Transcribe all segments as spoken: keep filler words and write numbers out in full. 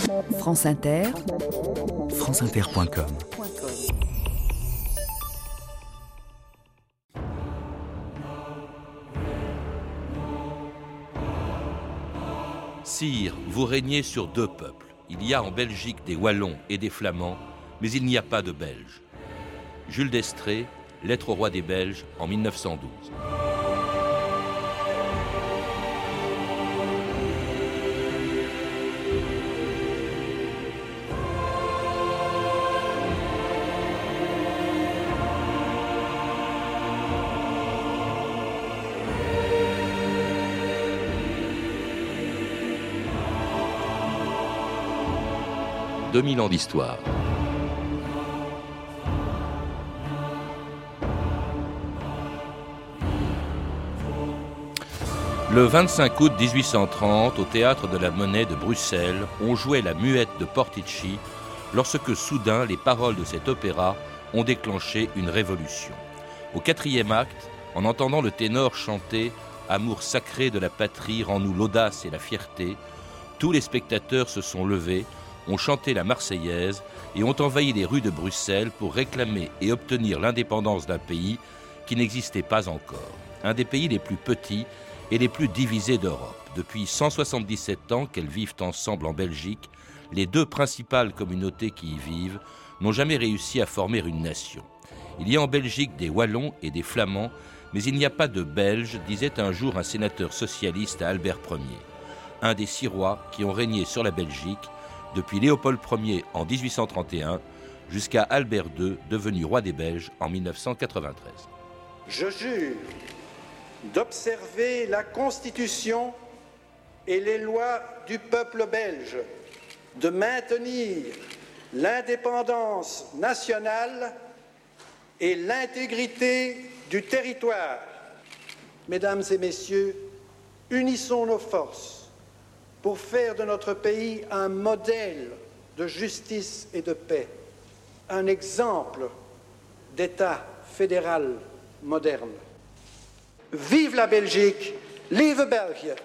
France Inter, franceinter point com. Sire, vous régnez sur deux peuples. Il y a en Belgique des Wallons et des Flamands, mais il n'y a pas de Belges. Jules d'Estrées, Lettre au roi des Belges en mille neuf cent douze. deux mille ans d'histoire. Le vingt-cinq août dix-huit cent trente, au théâtre de la Monnaie de Bruxelles, on jouait la Muette de Portici lorsque soudain les paroles de cet opéra ont déclenché une révolution. Au quatrième acte, en entendant le ténor chanter « Amour sacré de la patrie, rend-nous l'audace et la fierté », tous les spectateurs se sont levés, ont chanté la Marseillaise et ont envahi les rues de Bruxelles pour réclamer et obtenir l'indépendance d'un pays qui n'existait pas encore. Un des pays les plus petits et les plus divisés d'Europe. Depuis cent soixante-dix-sept ans qu'elles vivent ensemble en Belgique, les deux principales communautés qui y vivent n'ont jamais réussi à former une nation. Il y a en Belgique des Wallons et des Flamands, mais il n'y a pas de Belges, disait un jour un sénateur socialiste à Albert Ier. Un des six rois qui ont régné sur la Belgique depuis Léopold Ier en dix-huit cent trente et un jusqu'à Albert deux, devenu roi des Belges en mille neuf cent quatre-vingt-treize. Je jure d'observer la Constitution et les lois du peuple belge, de maintenir l'indépendance nationale et l'intégrité du territoire. Mesdames et messieurs, unissons nos forces pour faire de notre pays un modèle de justice et de paix, un exemple d'État fédéral moderne. Vive la Belgique, lieve België!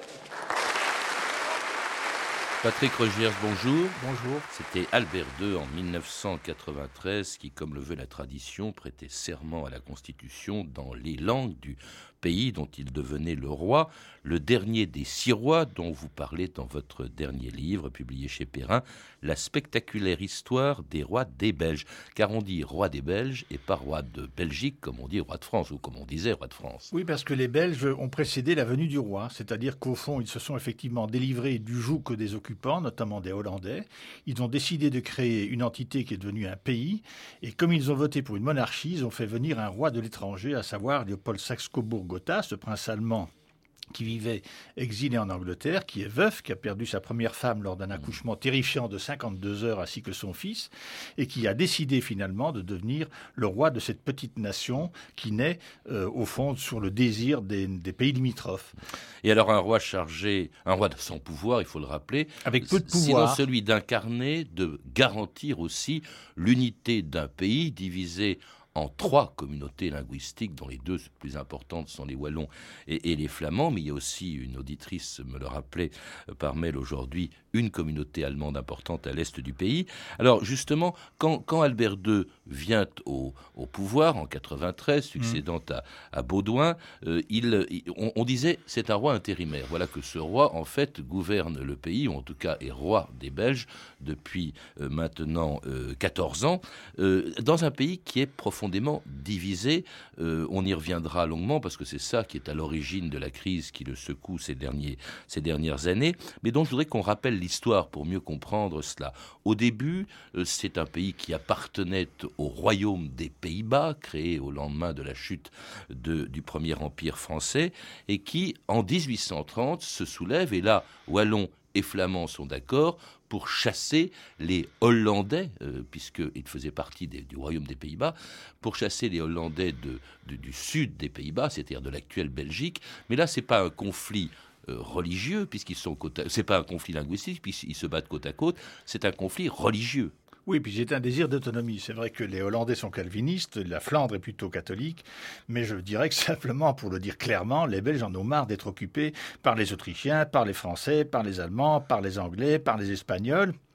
Patrick Rogiers, bonjour. Bonjour. C'était Albert deux en mille neuf cent quatre-vingt-treize qui, comme le veut la tradition, prêtait serment à la Constitution dans les langues du pays dont il devenait le roi, le dernier des six rois dont vous parlez dans votre dernier livre publié chez Perrin, La spectaculaire histoire des rois des Belges. Car on dit roi des Belges et pas roi de Belgique comme on dit roi de France ou comme on disait roi de France. Oui, parce que les Belges ont précédé la venue du roi, c'est-à-dire qu'au fond, ils se sont effectivement délivrés du joug des occupants, notamment des Hollandais. Ils ont décidé de créer une entité qui est devenue un pays, et comme ils ont voté pour une monarchie, ils ont fait venir un roi de l'étranger, à savoir Léopold Saxe-Cobourg-Gotha, ce prince allemand qui vivait exilé en Angleterre, qui est veuf, qui a perdu sa première femme lors d'un accouchement terrifiant de cinquante-deux heures, ainsi que son fils, et qui a décidé finalement de devenir le roi de cette petite nation qui naît, euh, au fond, sur le désir des, des pays limitrophes. Et alors un roi chargé, un roi de sans pouvoir, il faut le rappeler, avec peu de sinon pouvoir, celui d'incarner, de garantir aussi l'unité d'un pays divisé en trois communautés linguistiques, dont les deux plus importantes sont les Wallons et, et les Flamands, mais il y a aussi, une auditrice me le rappelait par mail aujourd'hui, une communauté allemande importante à l'est du pays. Alors justement, quand, quand Albert deux vient au, au pouvoir en quatre-vingt-treize, succédant mmh. à, à Baudouin, euh, il, il, on, on disait c'est un roi intérimaire. Voilà que ce roi, en fait, gouverne le pays, ou en tout cas est roi des Belges depuis euh, maintenant euh, quatorze ans, euh, dans un pays qui est profondément divisé. Euh, on y reviendra longuement parce que c'est ça qui est à l'origine de la crise qui le secoue ces, derniers, ces dernières années, mais dont je voudrais qu'on rappelle l'histoire pour mieux comprendre cela. Au début, euh, c'est un pays qui appartenait au royaume des Pays-Bas, créé au lendemain de la chute de, du premier empire français, et qui, en dix-huit cent trente, se soulève, et là, Wallons et Flamands sont d'accord, pour chasser les Hollandais, euh, puisqu'ils faisaient partie des, du royaume des Pays-Bas, pour chasser les Hollandais de, de, du sud des Pays-Bas, c'est-à-dire de l'actuelle Belgique. Mais là, ce n'est pas un conflit euh, religieux, puisqu'ils sont côte à... c'est pas un conflit linguistique, puisqu'ils se battent côte à côte, c'est un conflit religieux. Oui, puis c'est un désir d'autonomie. C'est vrai que les Hollandais sont calvinistes, la Flandre est plutôt catholique, mais je dirais que simplement, pour le dire clairement, les Belges en ont marre d'être occupés par les Autrichiens, par les Français, par les Allemands, par les Anglais, par les Espagnols.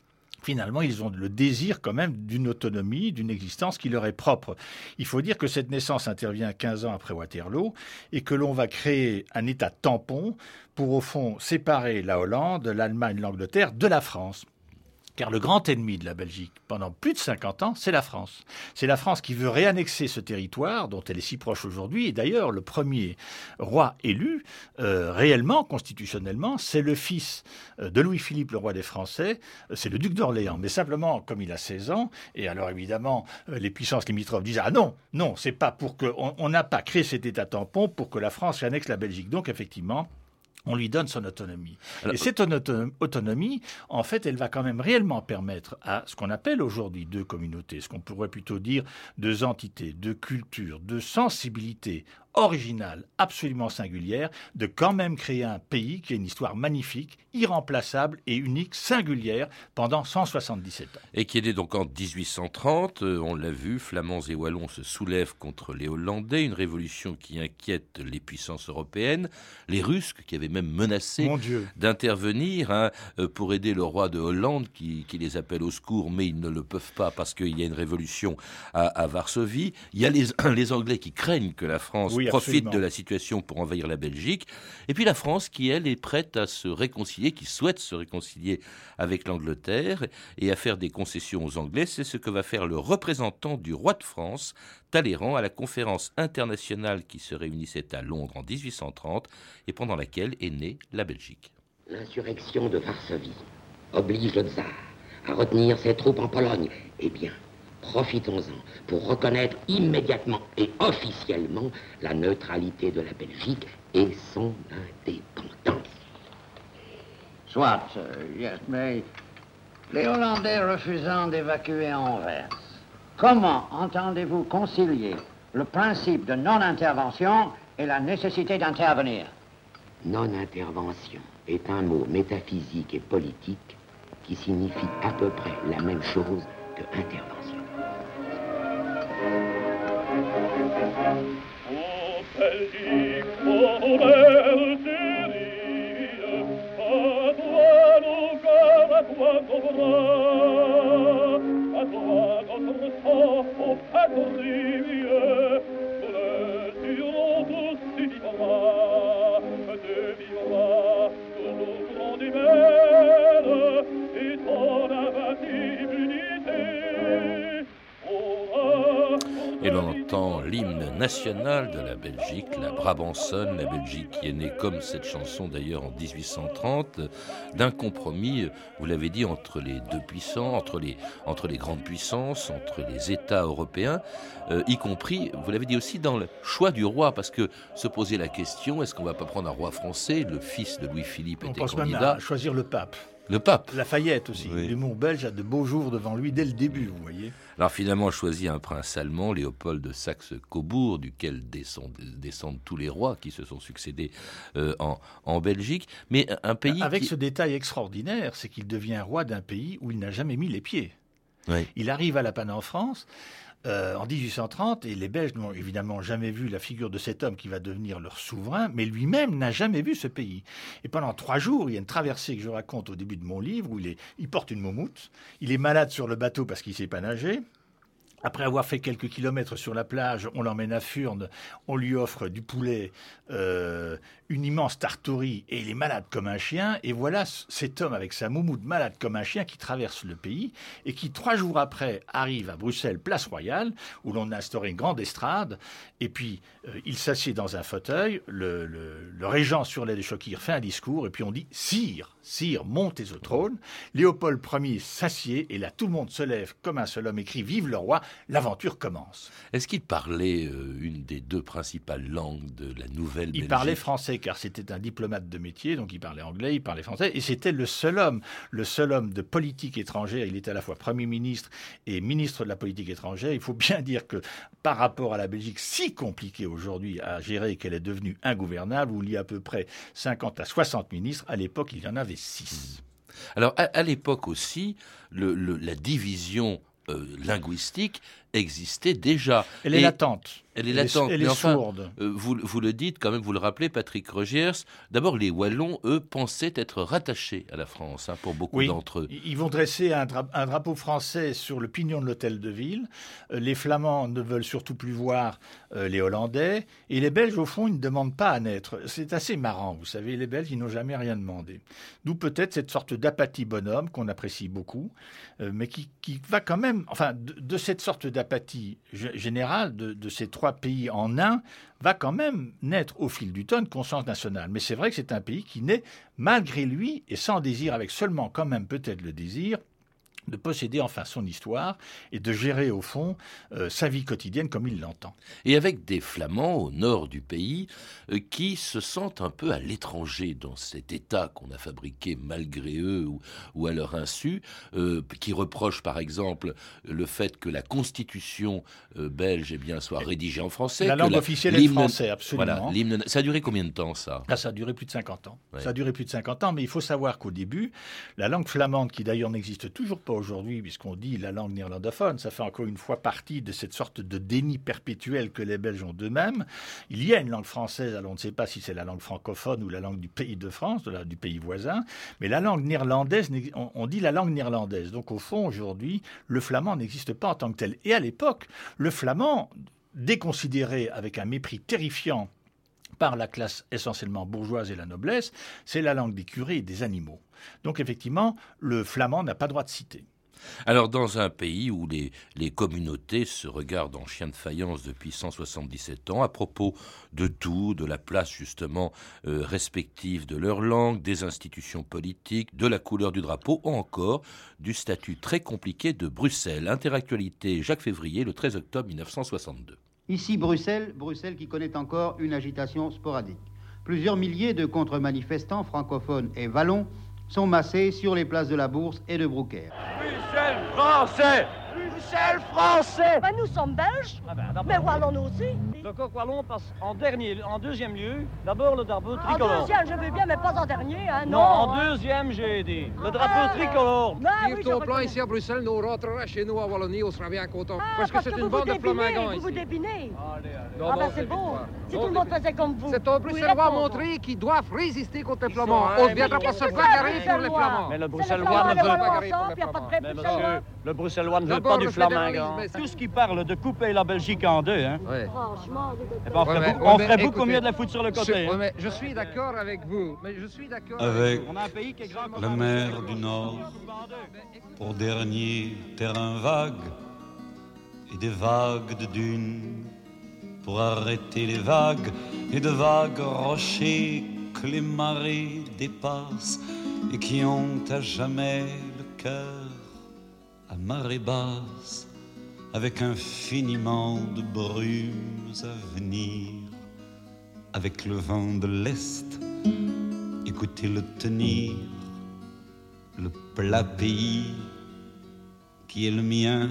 finalement, ils ont le désir quand même d'une autonomie, d'une existence qui leur est propre. Il faut dire que cette naissance intervient quinze ans après Waterloo et que l'on va créer un État tampon pour, au fond, séparer la Hollande, l'Allemagne, l'Angleterre de la France. Car le grand ennemi de la Belgique, pendant plus de cinquante ans, c'est la France. C'est la France qui veut réannexer ce territoire dont elle est si proche aujourd'hui. Et d'ailleurs, le premier roi élu, euh, réellement, constitutionnellement, c'est le fils de Louis-Philippe, le roi des Français, c'est le duc d'Orléans. Mais simplement, comme il a seize ans, et alors évidemment, les puissances limitrophes disent « Ah non, non, c'est pas pour que... On n'a pas créé cet État tampon pour que la France réannexe la Belgique. » Donc, effectivement, on lui donne son autonomie. Alors, et cette autonomie, en fait, elle va quand même réellement permettre à ce qu'on appelle aujourd'hui deux communautés, ce qu'on pourrait plutôt dire deux entités, deux cultures, deux sensibilités originale, absolument singulière, de quand même créer un pays qui a une histoire magnifique, irremplaçable et unique, singulière, pendant cent soixante-dix-sept ans. Et qui est né donc en dix-huit cent trente, euh, on l'a vu, Flamands et Wallons se soulèvent contre les Hollandais, une révolution qui inquiète les puissances européennes, les Russes qui avaient même menacé d'intervenir hein, pour aider le roi de Hollande qui, qui les appelle au secours, mais ils ne le peuvent pas parce qu'il y a une révolution à, à Varsovie. Il y a les, les Anglais qui craignent que la France oui, profite absolument. de la situation pour envahir la Belgique. Et puis la France qui, elle, est prête à se réconcilier, qui souhaite se réconcilier avec l'Angleterre et à faire des concessions aux Anglais. C'est ce que va faire le représentant du roi de France, Talleyrand, à la conférence internationale qui se réunissait à Londres en dix-huit cent trente et pendant laquelle est née la Belgique. L'insurrection de Varsovie oblige le tsar à retenir ses troupes en Pologne. Eh bien, profitons-en pour reconnaître immédiatement et officiellement la neutralité de la Belgique et son indépendance. Soit, euh, yes, mais les Hollandais refusant d'évacuer Anvers, comment entendez-vous concilier le principe de non-intervention et la nécessité d'intervenir? Non-intervention est un mot métaphysique et politique qui signifie à peu près la même chose que intervention. Oh, Belgique, oh, Belgique, à toi nos cœurs, à toi nos bras, à toi notre sang, ô patrie, nous le jurons tous, tu vivras, tu vivras, toujours grande et belle, et ton invincibilité. Et l'on entend l'hymne national de la Belgique, la Brabançonne, la Belgique qui est née comme cette chanson d'ailleurs en dix-huit cent trente, d'un compromis, vous l'avez dit, entre les deux puissants, entre les, entre les grandes puissances, entre les États européens, euh, y compris, vous l'avez dit aussi, dans le choix du roi, parce que se poser la question, est-ce qu'on ne va pas prendre un roi français? Le fils de Louis-Philippe était candidat. On pense même à choisir le pape. Le pape. Lafayette aussi. Oui. L'humour belge a de beaux jours devant lui dès le début, vous voyez. Alors finalement, on choisit un prince allemand, Léopold de Saxe-Cobourg, duquel descendent, descendent tous les rois qui se sont succédés euh, en, en Belgique. Mais un pays Avec qui... ce détail extraordinaire, c'est qu'il devient roi d'un pays où il n'a jamais mis les pieds. Oui. Il arrive à la panne en France... Euh, en dix-huit cent trente, et les Belges n'ont évidemment jamais vu la figure de cet homme qui va devenir leur souverain, mais lui-même n'a jamais vu ce pays. Et pendant trois jours, il y a une traversée que je raconte au début de mon livre, où il, est, il porte une moumoute, il est malade sur le bateau parce qu'il ne sait pas nager. Après avoir fait quelques kilomètres sur la plage, on l'emmène à Furnes, on lui offre du poulet, euh, une immense tartorie, et il est malade comme un chien. Et voilà cet homme avec sa moumoute malade comme un chien qui traverse le pays et qui, trois jours après, arrive à Bruxelles, place Royale, où l'on a instauré une grande estrade. Et puis, euh, il s'assied dans un fauteuil, le, le, le régent Surlet de Chokir fait un discours, et puis on dit « Sire, sire, montez au trône ». Léopold Ier s'assied, et là, tout le monde se lève comme un seul homme et crie « Vive le roi ». L'aventure commence. Est-ce qu'il parlait euh, une des deux principales langues de la nouvelle Belgique? Il parlait français, car c'était un diplomate de métier, donc il parlait anglais, il parlait français, et c'était le seul homme, le seul homme de politique étrangère. Il était à la fois Premier ministre et ministre de la politique étrangère. Il faut bien dire que par rapport à la Belgique, si compliquée aujourd'hui à gérer qu'elle est devenue ingouvernable, où il y a à peu près cinquante à soixante ministres, à l'époque, il y en avait six. Alors, à, à l'époque aussi, le, le, la division Euh, linguistique existait déjà. Elle est Et latente. Elle est Elle est- latente. elle mais est enfin, sourde. euh, vous, vous le dites quand même, vous le rappelez, Patrick Rogiers. D'abord, les Wallons, eux, pensaient être rattachés à la France, hein, pour beaucoup Oui, d'entre eux. ils vont dresser un, dra- un drapeau français sur le pignon de l'hôtel de ville. Euh, les Flamands ne veulent surtout plus voir euh, les Hollandais. Et les Belges, au fond, ils ne demandent pas à naître. C'est assez marrant, vous savez, les Belges, ils n'ont jamais rien demandé. D'où peut-être cette sorte d'apathie bonhomme qu'on apprécie beaucoup, euh, mais qui, qui va quand même, enfin, de, de cette sorte d'apathie g- générale de, de ces trois pays en un, va quand même naître au fil du temps une conscience nationale. Mais c'est vrai que c'est un pays qui naît malgré lui et sans désir, avec seulement quand même peut-être le désir de posséder enfin son histoire et de gérer au fond euh, sa vie quotidienne comme il l'entend. Et avec des Flamands au nord du pays euh, qui se sentent un peu à l'étranger dans cet État qu'on a fabriqué malgré eux ou, ou à leur insu, euh, qui reprochent par exemple le fait que la constitution euh, belge eh bien, soit rédigée en français. La que langue la- officielle est le l'hymne- français, absolument. Voilà, l'hymne- ça a duré combien de temps ça Ah, ça a duré plus de cinquante ans. Ouais. Ça a duré plus de cinquante ans, mais il faut savoir qu'au début, la langue flamande, qui d'ailleurs n'existe toujours pas aujourd'hui, puisqu'on dit la langue néerlandophone, ça fait encore une fois partie de cette sorte de déni perpétuel que les Belges ont d'eux-mêmes. Il y a une langue française, alors on ne sait pas si c'est la langue francophone ou la langue du pays de France, de la- du pays voisin, mais la langue néerlandaise, on, on dit la langue néerlandaise. Donc au fond, aujourd'hui, le flamand n'existe pas en tant que tel. Et à l'époque, le flamand, déconsidéré avec un mépris terrifiant par la classe essentiellement bourgeoise et la noblesse, c'est la langue des curés et des animaux. Donc effectivement, le flamand n'a pas droit de citer. Alors, dans un pays où les, les communautés se regardent en chien de faïence depuis cent soixante-dix-sept ans, à propos de tout, de la place justement euh, respective de leur langue, des institutions politiques, de la couleur du drapeau, ou encore du statut très compliqué de Bruxelles. Interactualité, Jacques Février, le treize octobre mille neuf cent soixante-deux. Ici Bruxelles, Bruxelles qui connaît encore une agitation sporadique. Plusieurs milliers de contre-manifestants francophones et wallons sont massés sur les places de la Bourse et de Brouckère. Bruxelles français! Bruxelles français! Ben, nous sommes belges, Ah ben, d'abord, mais wallons aussi. le coq wallon passe en dernier, en deuxième lieu, d'abord le drapeau En tricolore. deuxième, je veux bien, mais pas en dernier, hein, non. Non, en hein. deuxième, j'ai dit. Le Ah, drapeau tricolore. Ben oui, Tire je ton plan reconnais. ici à Bruxelles, nous rentrera chez nous à Wallonie, on sera bien contents. Ah, parce que c'est vous une bande de vous flamingants dépinez, vous vous ici. dépinez. Allez, allez. Non, Ah non, ben c'est c'est beau. pas. Si Non, tout le monde c'est- faisait comme vous. C'est aux vous Bruxellois irez montrés qui doivent résister contre les Ils Flamands. sont- On ouais, ne viendra mais pas ils se sont- bagarrer les pour les Flamands. Flamands. Mais le C'est les Bruxellois Flamands, ne les veut Wallons pas. bagarrer pour ensemble, les puis il n'y a pas de Flamands. vrai Mais Bruxellois. monsieur, le Bruxellois ne veut D'abord, pas du le flamingant. fédéralisme. Tout ce qui parle de couper la Belgique en deux, hein. Ouais. Franchement, Eh ben, on ferait, Ouais, mais- beaucoup, ouais, on mais ferait beaucoup écoutez, mieux de la foutre sur le Je, côté. ouais, hein. mais je suis d'accord avec vous. Mais je suis d'accord Avec On a un pays qui est grand comme la un mer Bruxelles. du Nord pour dernier terrain vague et des vagues de dunes pour arrêter les vagues et de vagues rochers que les marées dépassent et qui ont à jamais le cœur à marée basse avec infiniment de brumes à venir avec le vent de l'Est écoutez-le tenir le plat pays qui est le mien.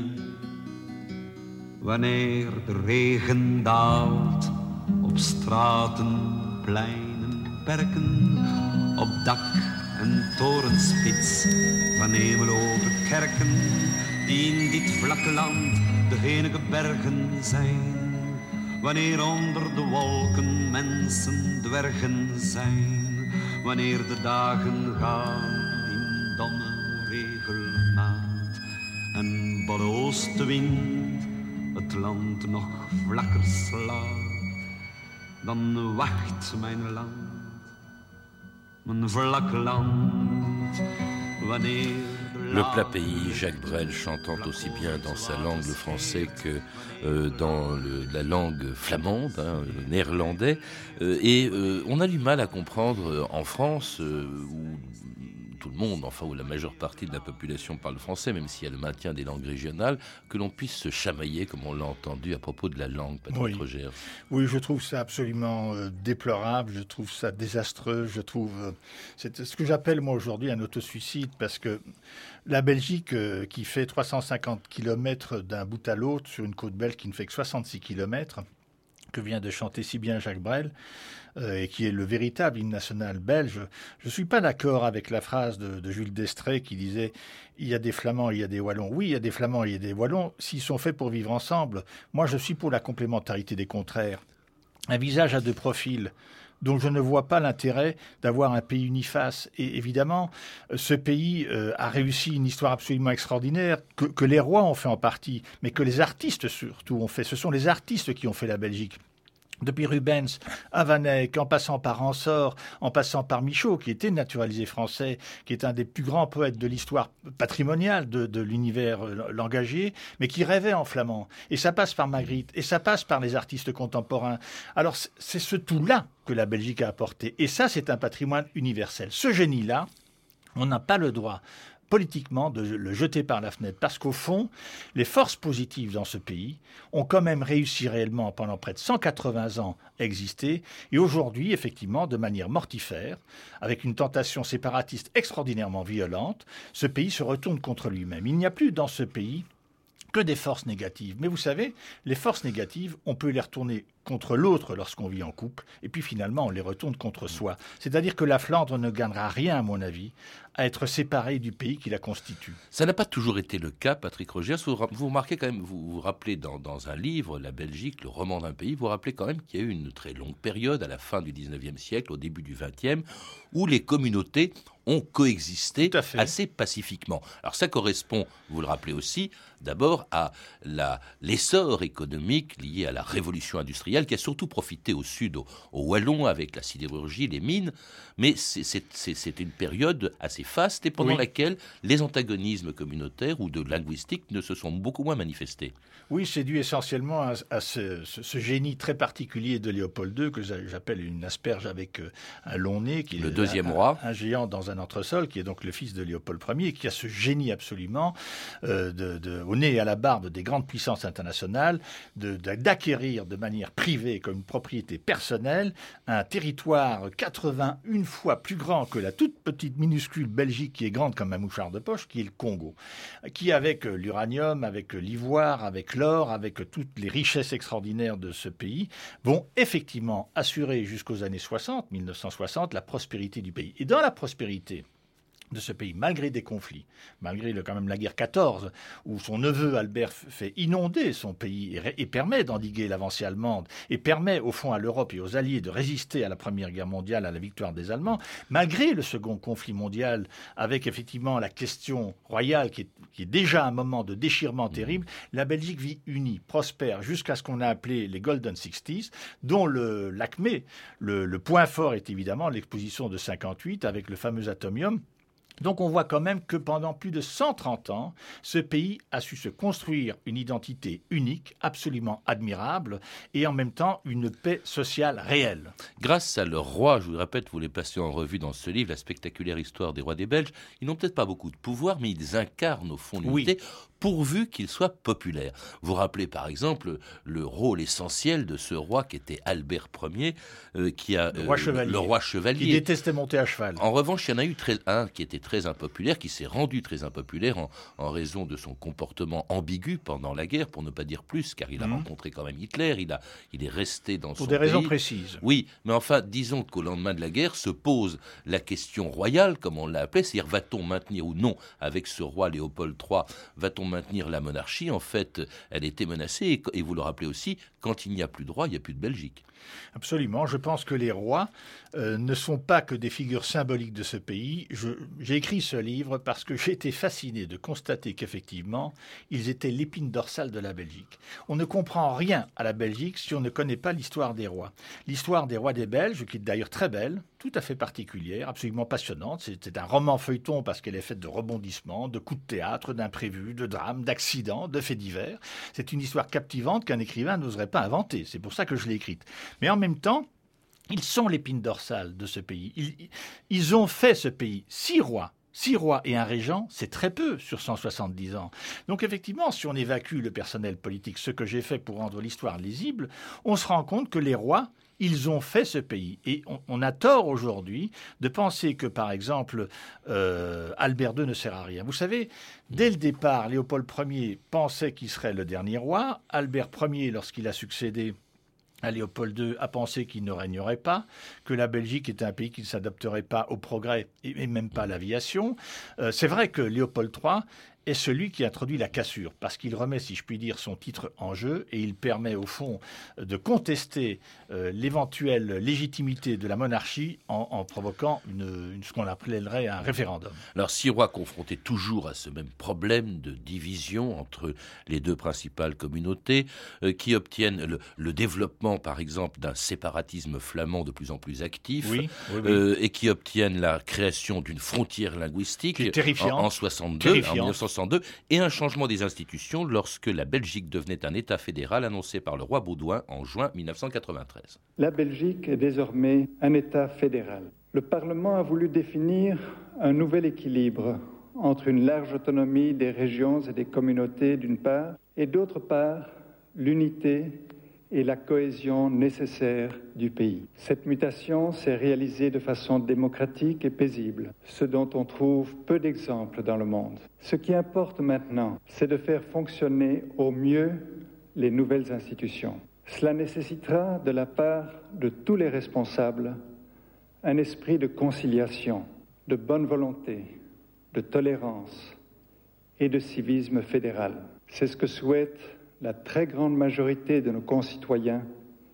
Wanneer de regen daalt op straten, pleinen, perken, op dak en torenspits, van hemelhoge kerken die in dit vlakke land de enige bergen zijn. Wanneer onder de wolken mensen dwergen zijn, wanneer de dagen gaan in domme regelmaat en bij de oostenwind het land nog vlakker slaat, dan wacht mijn land, mijn vlakke land, wanneer Le plat pays, Jacques Brel chantant aussi bien dans sa langue le français que euh, dans le, la langue flamande, hein, le néerlandais. Euh, et euh, on a du mal à comprendre euh, en France, euh, où tout le monde, enfin où la majeure partie de la population parle français, même s'il y a le maintien des langues régionales, que l'on puisse se chamailler, comme on l'a entendu, à propos de la langue, Patrick Oui. Rogiers. Oui, je trouve ça absolument euh, déplorable, je trouve ça désastreux, je trouve... euh, c'est ce que j'appelle moi aujourd'hui un autosuicide, parce que la Belgique, euh, qui fait trois cent cinquante kilomètres d'un bout à l'autre, sur une côte belge qui ne fait que soixante-six kilomètres, que vient de chanter si bien Jacques Brel, euh, et qui est le véritable hymne national belge. Je ne suis pas d'accord avec la phrase de, de Jules Destrée qui disait « Il y a des Flamands, il y a des Wallons ». Oui, il y a des Flamands, il y a des Wallons, s'ils sont faits pour vivre ensemble. Moi, je suis pour la complémentarité des contraires. Un visage à deux profils. Donc je ne vois pas l'intérêt d'avoir un pays uniface. Et évidemment, ce pays euh, a réussi une histoire absolument extraordinaire, que, que les rois ont fait en partie, mais que les artistes surtout ont fait. Ce sont les artistes qui ont fait la Belgique. Depuis Rubens à Van Eyck, en passant par Ensor, en passant par Michaud, qui était naturalisé français, qui est un des plus grands poètes de l'histoire patrimoniale de, de l'univers langagier, mais qui rêvait en flamand. Et ça passe par Magritte, et ça passe par les artistes contemporains. Alors c'est ce tout-là que la Belgique a apporté. Et ça, c'est un patrimoine universel. Ce génie-là, on n'a pas le droit politiquement de le jeter par la fenêtre. Parce qu'au fond, les forces positives dans ce pays ont quand même réussi réellement pendant près de cent quatre-vingts ans à exister. Et aujourd'hui, effectivement, de manière mortifère, avec une tentation séparatiste extraordinairement violente, ce pays se retourne contre lui-même. Il n'y a plus dans ce pays que des forces négatives. Mais vous savez, les forces négatives, on peut les retourner contre l'autre lorsqu'on vit en couple, et puis finalement on les retourne contre soi. C'est-à-dire que la Flandre ne gagnera rien, à mon avis, à être séparée du pays qui la constitue. Ça n'a pas toujours été le cas, Patrick Rogers. Vous, vous remarquez quand même, vous vous rappelez dans, dans un livre, La Belgique, le roman d'un pays, vous rappelez quand même qu'il y a eu une très longue période, à la fin du dix-neuvième siècle, au début du vingtième, où les communautés ont coexisté assez pacifiquement. Alors ça correspond, vous le rappelez aussi, d'abord à la, l'essor économique lié à la révolution industrielle, qui a surtout profité au sud, au, au Wallon, avec la sidérurgie, les mines, mais c'est, c'est, c'est, c'est une période assez faste et pendant oui. laquelle les antagonismes communautaires ou de linguistique ne se sont beaucoup moins manifestés. Oui, c'est dû essentiellement à, à ce, ce, ce génie très particulier de Léopold deux, que j'appelle une asperge avec un long nez, qui le est deuxième un, roi. Un, un géant dans un entresol, qui est donc le fils de Léopold Ier, et qui a ce génie absolument, euh, de, de, au nez et à la barbe des grandes puissances internationales, de, de, d'acquérir de manière privée, comme une propriété personnelle, un territoire quatre-vingt-une fois plus grand que la toute petite minuscule Belgique, qui est grande comme un mouchoir de poche, qui est le Congo, qui avec l'uranium, avec l'ivoire, avec l'or, avec toutes les richesses extraordinaires de ce pays, vont effectivement assurer jusqu'aux années soixante, mille neuf cent soixante, la prospérité du pays. Et dans la prospérité de ce pays, malgré des conflits, malgré le, quand même la guerre quatorze, où son neveu Albert fait inonder son pays et, et permet d'endiguer l'avancée allemande, et permet au fond à l'Europe et aux Alliés de résister à la Première Guerre mondiale, à la victoire des Allemands, malgré le second conflit mondial, avec effectivement la question royale, qui est, qui est déjà un moment de déchirement terrible, la Belgique vit unie, prospère, jusqu'à ce qu'on a appelé les Golden Sixties, dont le, l'acmé, le, le point fort est évidemment l'exposition de cinquante-huit, avec le fameux atomium. Donc on voit quand même que pendant plus de cent trente ans, ce pays a su se construire une identité unique, absolument admirable, et en même temps une paix sociale réelle. Grâce à leur roi, je vous le répète, vous les passez en revue dans ce livre, La spectaculaire histoire des rois des Belges, ils n'ont peut-être pas beaucoup de pouvoir, mais ils incarnent au fond l'unité, oui. pourvu qu'ils soient populaires. Vous rappelez par exemple le rôle essentiel de ce roi qui était Albert Ier, euh, qui a, le, roi euh, le roi chevalier, qui détestait monter à cheval. En revanche, il y en a eu très, un qui était très impopulaire, qui s'est rendu très impopulaire en, en raison de son comportement ambigu pendant la guerre, pour ne pas dire plus, car il a mmh. rencontré quand même Hitler, il, a, il est resté dans pour son des pays. raisons précises. Oui, mais enfin, disons qu'au lendemain de la guerre se pose la question royale, comme on l'a appelé, c'est-à-dire va-t-on maintenir ou non, avec ce roi Léopold trois, va-t-on maintenir la monarchie? En fait, elle était menacée, et, et vous le rappelez aussi, quand il n'y a plus de roi, il n'y a plus de Belgique. Absolument. Je pense que les rois euh, ne sont pas que des figures symboliques de ce pays. Je, j'ai écrit ce livre parce que j'ai été fasciné de constater qu'effectivement, ils étaient l'épine dorsale de la Belgique. On ne comprend rien à la Belgique si on ne connaît pas l'histoire des rois. L'histoire des rois des Belges, qui est d'ailleurs très belle, tout à fait particulière, absolument passionnante. C'est, c'est un roman feuilleton parce qu'elle est faite de rebondissements, de coups de théâtre, d'imprévus, de drames, d'accidents, de faits divers. C'est une histoire captivante qu'un écrivain n'oserait pas inventer. C'est pour ça que je l'ai écrite. Mais en même temps, ils sont l'épine dorsale de ce pays. Ils, ils ont fait ce pays. Six rois, six rois et un régent, c'est très peu sur cent soixante-dix ans. Donc effectivement, si on évacue le personnel politique, ce que j'ai fait pour rendre l'histoire lisible, on se rend compte que les rois, ils ont fait ce pays. Et on, on a tort aujourd'hui de penser que, par exemple, euh, Albert deux ne sert à rien. Vous savez, dès le départ, Léopold Ier pensait qu'il serait le dernier roi. Albert Ier, lorsqu'il a succédé, Léopold deux a pensé qu'il ne régnerait pas, que la Belgique était un pays qui ne s'adapterait pas au progrès et même pas à l'aviation. Euh, c'est vrai que Léopold trois est celui qui introduit la cassure, parce qu'il remet, si je puis dire, son titre en jeu et il permet au fond de contester euh, l'éventuelle légitimité de la monarchie en, en provoquant une, une, ce qu'on appellerait un référendum. Alors Sirois confronté toujours à ce même problème de division entre les deux principales communautés euh, qui obtiennent le, le développement, par exemple, d'un séparatisme flamand de plus en plus actif oui, oui, oui. Euh, et qui obtiennent la création d'une frontière linguistique en, en soixante-deux, en mille neuf cent soixante-deux, et un changement des institutions lorsque la Belgique devenait un État fédéral annoncé par le roi Baudouin en juin mille neuf cent quatre-vingt-treize. La Belgique est désormais un État fédéral. Le Parlement a voulu définir un nouvel équilibre entre une large autonomie des régions et des communautés d'une part, et d'autre part, l'unité et la cohésion nécessaire du pays. Cette mutation s'est réalisée de façon démocratique et paisible, ce dont on trouve peu d'exemples dans le monde. Ce qui importe maintenant, c'est de faire fonctionner au mieux les nouvelles institutions. Cela nécessitera de la part de tous les responsables un esprit de conciliation, de bonne volonté, de tolérance et de civisme fédéral. C'est ce que souhaite la très grande majorité de nos concitoyens,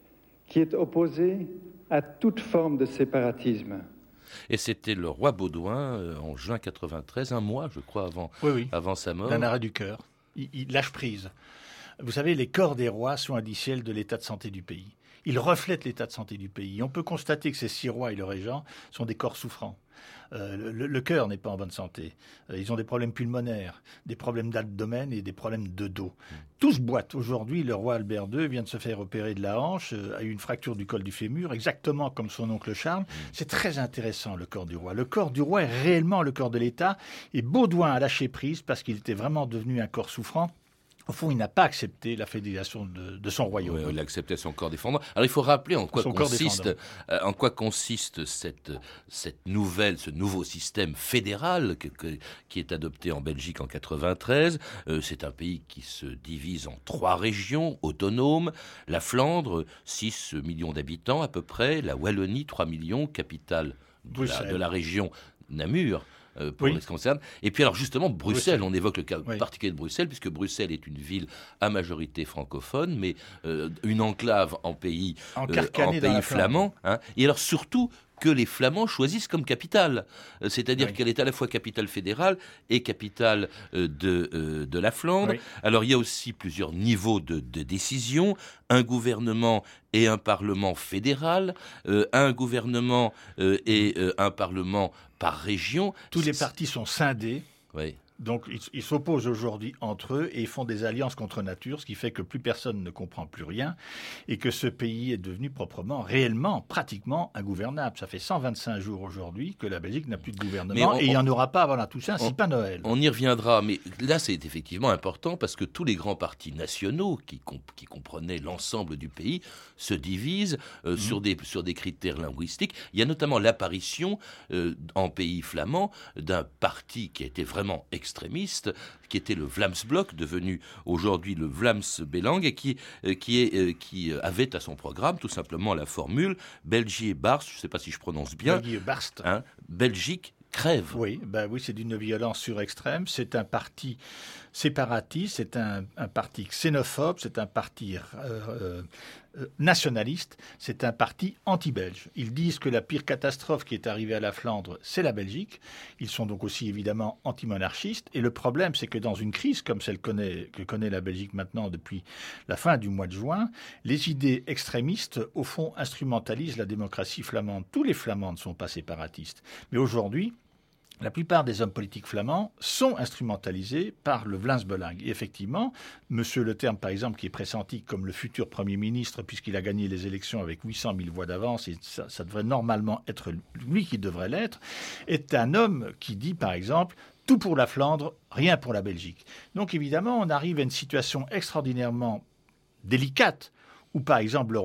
qui est opposée à toute forme de séparatisme. Et c'était le roi Baudouin, euh, en juin quatre-vingt-treize, un mois, je crois, avant, oui, oui. avant sa mort. D'un arrêt du cœur. Il, il lâche prise. Vous savez, les corps des rois sont indiciels de l'état de santé du pays. Ils reflètent l'état de santé du pays. On peut constater que ces six rois et le régent sont des corps souffrants. Euh, le, le cœur n'est pas en bonne santé. Euh, ils ont des problèmes pulmonaires, des problèmes d'abdomen et des problèmes de dos. Mmh. Tous boitent. Aujourd'hui, le roi Albert deux vient de se faire opérer de la hanche, euh, a eu une fracture du col du fémur, exactement comme son oncle Charles. Mmh. C'est très intéressant, le corps du roi. Le corps du roi est réellement le corps de l'État. Et Baudouin a lâché prise parce qu'il était vraiment devenu un corps souffrant. Au fond, il n'a pas accepté la fédération de, de son royaume. Oui, il a accepté son corps défendant. Alors, il faut rappeler en quoi, consiste, euh, en quoi consiste cette, cette nouvelle, ce nouveau système fédéral que, que, qui est adopté en Belgique en quatre-vingt-treize. Euh, c'est un pays qui se divise en trois régions autonomes. La Flandre, six millions d'habitants à peu près. La Wallonie, trois millions, capitale de la, de la région Namur. Euh, pour oui. les concerne. Et puis alors justement, Bruxelles, Bruxelles. on évoque le cas oui. particulier de Bruxelles, puisque Bruxelles est une ville à majorité francophone, mais euh, une enclave en pays, euh, en pays flamand. Hein. Et alors surtout que les Flamands choisissent comme capitale. Euh, c'est-à-dire oui. qu'elle est à la fois capitale fédérale et capitale euh, de, euh, de la Flandre. Oui. Alors il y a aussi plusieurs niveaux de, de décision. Un gouvernement et un parlement fédéral, euh, un gouvernement euh, et euh, un parlement par région. Tous les partis sont scindés. Oui. Donc ils, ils s'opposent aujourd'hui entre eux et ils font des alliances contre nature, ce qui fait que plus personne ne comprend plus rien et que ce pays est devenu proprement, réellement, pratiquement ingouvernable. Ça fait cent vingt-cinq jours aujourd'hui que la Belgique n'a plus de gouvernement on, et il n'y en aura pas avant la Toussaint, si pas Noël. On y reviendra, mais là c'est effectivement important parce que tous les grands partis nationaux qui, comp- qui comprenaient l'ensemble du pays se divisent euh, mmh. sur, des, sur des critères linguistiques. Il y a notamment l'apparition euh, en pays flamand d'un parti qui a été vraiment extrêmement extrémiste, qui était le Vlaams-Blok, devenu aujourd'hui le Vlaams-Belang, et qui, euh, qui, est, euh, qui avait à son programme tout simplement la formule België barst, je ne sais pas si je prononce bien, België barst. Hein, Belgique crève. Oui, ben oui, c'est d'une violence surextrême. C'est un parti séparatiste, c'est un, un parti xénophobe, c'est un parti euh, euh, nationaliste, c'est un parti anti-belge. Ils disent que la pire catastrophe qui est arrivée à la Flandre, c'est la Belgique. Ils sont donc aussi évidemment anti-monarchistes. Et le problème, c'est que dans une crise comme celle connaît, que connaît la Belgique maintenant depuis la fin du mois de juin, les idées extrémistes, au fond, instrumentalisent la démocratie flamande. Tous les Flamands ne sont pas séparatistes. Mais aujourd'hui, la plupart des hommes politiques flamands sont instrumentalisés par le Vlaams-Belang. Et effectivement, M. Le Terme, par exemple, qui est pressenti comme le futur Premier ministre, puisqu'il a gagné les élections avec huit cent mille voix d'avance, et ça, ça devrait normalement être lui qui devrait l'être, est un homme qui dit, par exemple, tout pour la Flandre, rien pour la Belgique. Donc évidemment, on arrive à une situation extraordinairement délicate, où par exemple le roi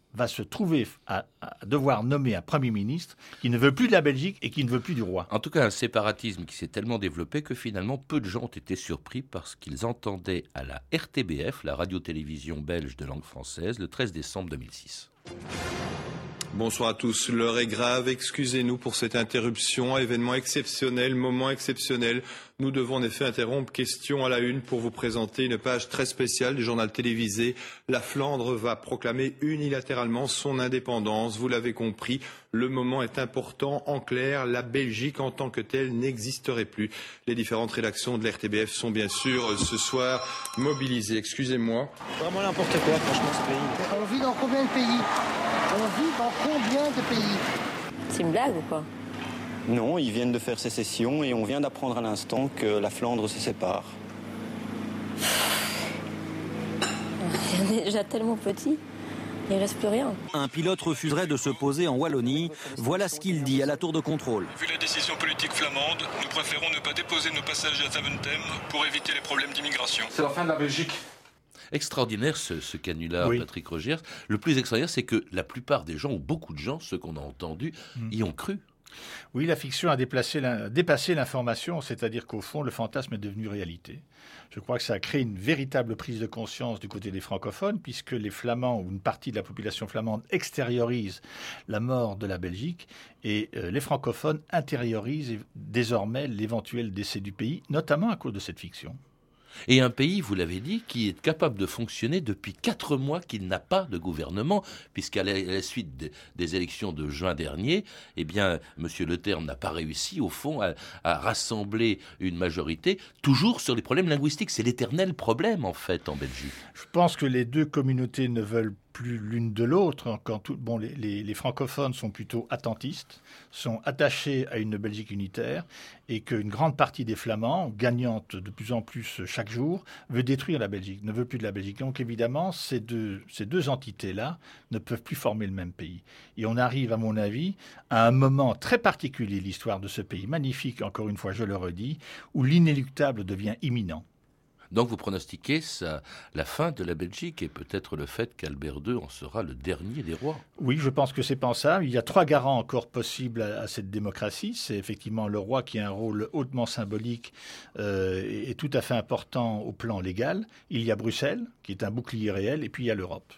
va se trouver à, à devoir nommer un Premier ministre qui ne veut plus de la Belgique et qui ne veut plus du roi. En tout cas, un séparatisme qui s'est tellement développé que finalement, peu de gens ont été surpris parce qu'ils entendaient à la R T B F, la radio-télévision belge de langue française, le treize décembre deux mille six. Bonsoir à tous. L'heure est grave. Excusez-nous pour cette interruption. Événement exceptionnel, moment exceptionnel. Nous devons en effet interrompre Question à la une pour vous présenter une page très spéciale du journal télévisé. La Flandre va proclamer unilatéralement son indépendance. Vous l'avez compris, le moment est important. En clair, la Belgique en tant que telle n'existerait plus. Les différentes rédactions de l'R T B F sont bien sûr ce soir mobilisées. Excusez-moi. Vraiment n'importe quoi, franchement, ce pays. On vit dans combien de pays ? On vit dans combien de pays ? C'est une blague ou quoi ? Non, ils viennent de faire sécession et on vient d'apprendre à l'instant que la Flandre se sépare. On est déjà tellement petit, il ne reste plus rien. Un pilote refuserait de se poser en Wallonie. Voilà ce qu'il dit à la tour de contrôle. Vu la décision politique flamande, nous préférons ne pas déposer nos passagers à Zaventem pour éviter les problèmes d'immigration. C'est la fin de la Belgique. Extraordinaire ce, ce canular, oui. Patrick Rogers. Le plus extraordinaire, c'est que la plupart des gens, ou beaucoup de gens, ceux qu'on a entendus, mmh. y ont cru. Oui, la fiction a déplacé, dépassé l'information, c'est-à-dire qu'au fond, le fantasme est devenu réalité. Je crois que ça a créé une véritable prise de conscience du côté des francophones, puisque les Flamands, ou une partie de la population flamande, extériorise la mort de la Belgique, et euh, les francophones intériorisent désormais l'éventuel décès du pays, notamment à cause de cette fiction. Et un pays, vous l'avez dit, qui est capable de fonctionner depuis quatre mois, qu'il n'a pas de gouvernement, puisqu'à la, à la suite de, des élections de juin dernier, eh bien, M. Leterme n'a pas réussi, au fond, à, à rassembler une majorité, toujours sur les problèmes linguistiques. C'est l'éternel problème, en fait, en Belgique. Je pense que les deux communautés ne veulent plus l'une de l'autre. Quand tout, bon, les, les, les francophones sont plutôt attentistes, sont attachés à une Belgique unitaire, et qu'une grande partie des Flamands, gagnante de plus en plus chaque jour, veut détruire la Belgique, ne veut plus de la Belgique. Donc évidemment, ces deux, ces deux entités-là ne peuvent plus former le même pays. Et on arrive, à mon avis, à un moment très particulier de l'histoire de ce pays, magnifique, encore une fois, je le redis, où l'inéluctable devient imminent. Donc vous pronostiquez ça, la fin de la Belgique et peut-être le fait qu'Albert deux en sera le dernier des rois. Oui, je pense que c'est pensable. Il y a trois garants encore possibles à, à cette démocratie. C'est effectivement le roi qui a un rôle hautement symbolique euh, et, et tout à fait important au plan légal. Il y a Bruxelles, qui est un bouclier réel, et puis il y a l'Europe.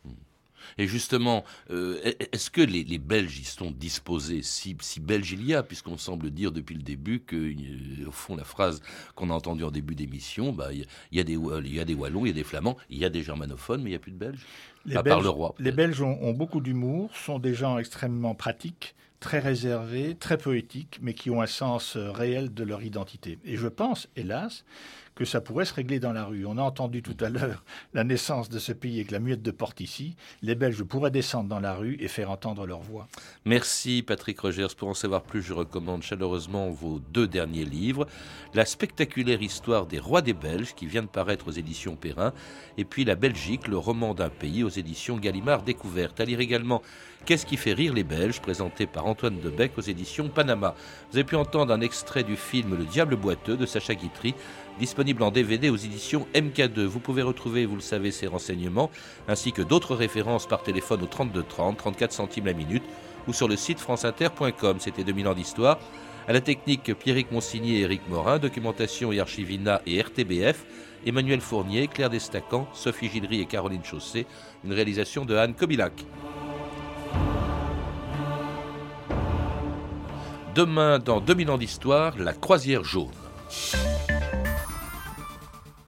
Et justement, euh, est-ce que les, les Belges y sont disposés, si, si Belges il y a, puisqu'on semble dire depuis le début que, euh, au fond, la phrase qu'on a entendue en début d'émission, bah, il y, y, y, y a des Wallons, il y a des Flamands, il y a des germanophones, mais il n'y a plus de Belges, les à Belges, part le roi. Les Belges ont, ont beaucoup d'humour, sont des gens extrêmement pratiques, très réservés, très poétiques, mais qui ont un sens réel de leur identité. Et je pense, hélas, que ça pourrait se régler dans la rue. On a entendu tout à l'heure la naissance de ce pays avec la muette de Portici. Les Belges pourraient descendre dans la rue et faire entendre leur voix. Merci Patrick Rogers. Pour en savoir plus, je recommande chaleureusement vos deux derniers livres. La spectaculaire histoire des rois des Belges, qui vient de paraître aux éditions Perrin, et puis La Belgique, le roman d'un pays, aux éditions Gallimard Découverte. À lire également Qu'est-ce qui fait rire les Belges, présenté par Antoine Debec aux éditions Panama. Vous avez pu entendre un extrait du film Le Diable boiteux de Sacha Guitry, disponible en D V D aux éditions M K deux. Vous pouvez retrouver, vous le savez, ces renseignements, ainsi que d'autres références par téléphone au trente-deux trente, trente-quatre centimes la minute, ou sur le site france inter point com. C'était deux mille ans d'histoire. À la technique, Pierrick Monsigny et Éric Morin, documentation et archivina et R T B F, Emmanuel Fournier, Claire Destacan, Sophie Gilry et Caroline Chaussé, une réalisation de Anne Kobilac. Demain, dans deux mille ans d'histoire, la croisière jaune.